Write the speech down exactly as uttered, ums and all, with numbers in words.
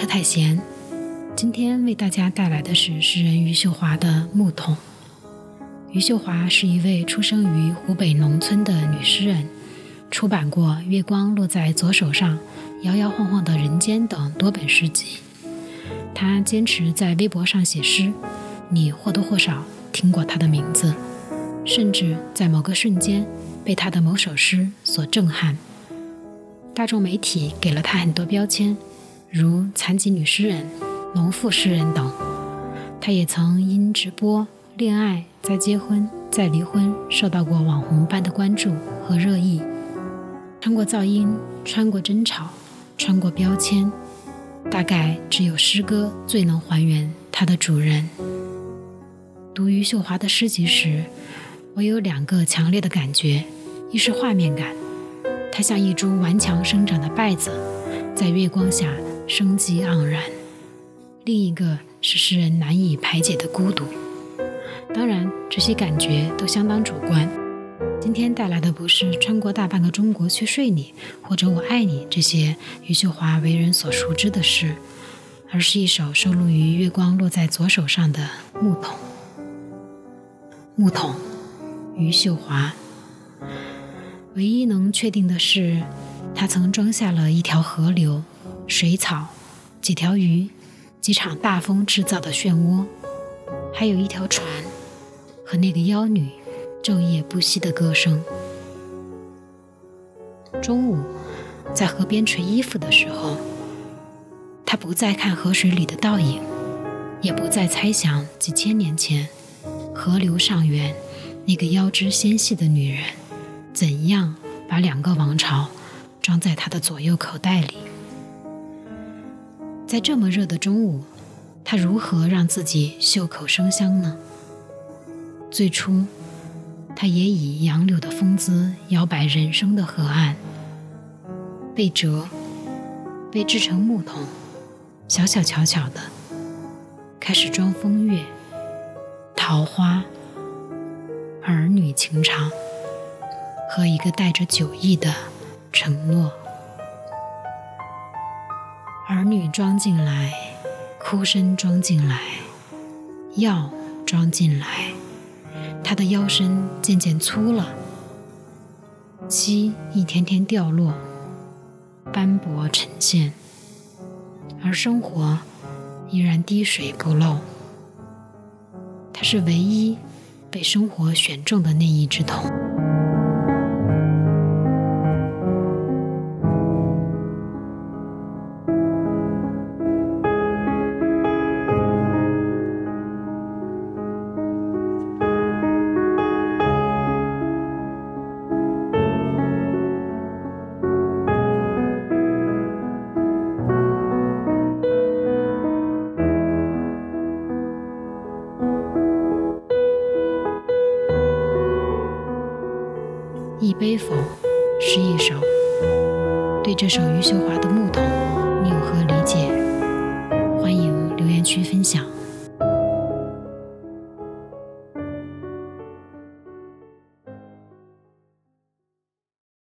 太贤，今天为大家带来的是诗人余秀华的《牧童》。余秀华是一位出生于湖北农村的女诗人，出版过《月光落在左手上》《摇摇晃晃的人间》等多本诗集。她坚持在微博上写诗，你或多或少听过她的名字，甚至在某个瞬间被她的某首诗所震撼。大众媒体给了她很多标签，如残疾女诗人、农妇诗人等。她也曾因直播、恋爱、再结婚、再离婚受到过网红般的关注和热议。穿过噪音，穿过争吵，穿过标签，大概只有诗歌最能还原她的主人。读余秀华的诗集时，我有两个强烈的感觉，一是画面感，它像一株顽强生长的稗子，在月光下生机盎然；另一个是诗人难以排解的孤独。当然，这些感觉都相当主观。今天带来的不是穿过大半个中国去睡你，或者我爱你这些余秀华为人所熟知的诗，而是一首收录于《月光落在左手上》的《牧童》。牧童，余秀华。唯一能确定的是，他曾装下了一条河流、水草、几条鱼、几场大风制造的漩涡，还有一条船和那个妖女昼夜不息的歌声。中午在河边垂衣服的时候，他不再看河水里的倒影，也不再猜想几千年前河流上源那个腰肢纤细的女人怎样把两个王朝装在他的左右口袋里。在这么热的中午，他如何让自己袖口生香呢？最初他也以杨柳的风姿摇摆人生的河岸，被折，被制成木桶，小小巧巧的开始装风月、桃花、儿女情长和一个带着酒意的承诺。儿女装进来，哭声装进来，药装进来，他的腰身渐渐粗了，漆一天天掉落，斑驳呈现，而生活依然滴水不漏。他是唯一被生活选中的那一只桶。一杯否是一首。对这首余秀华的《牧童》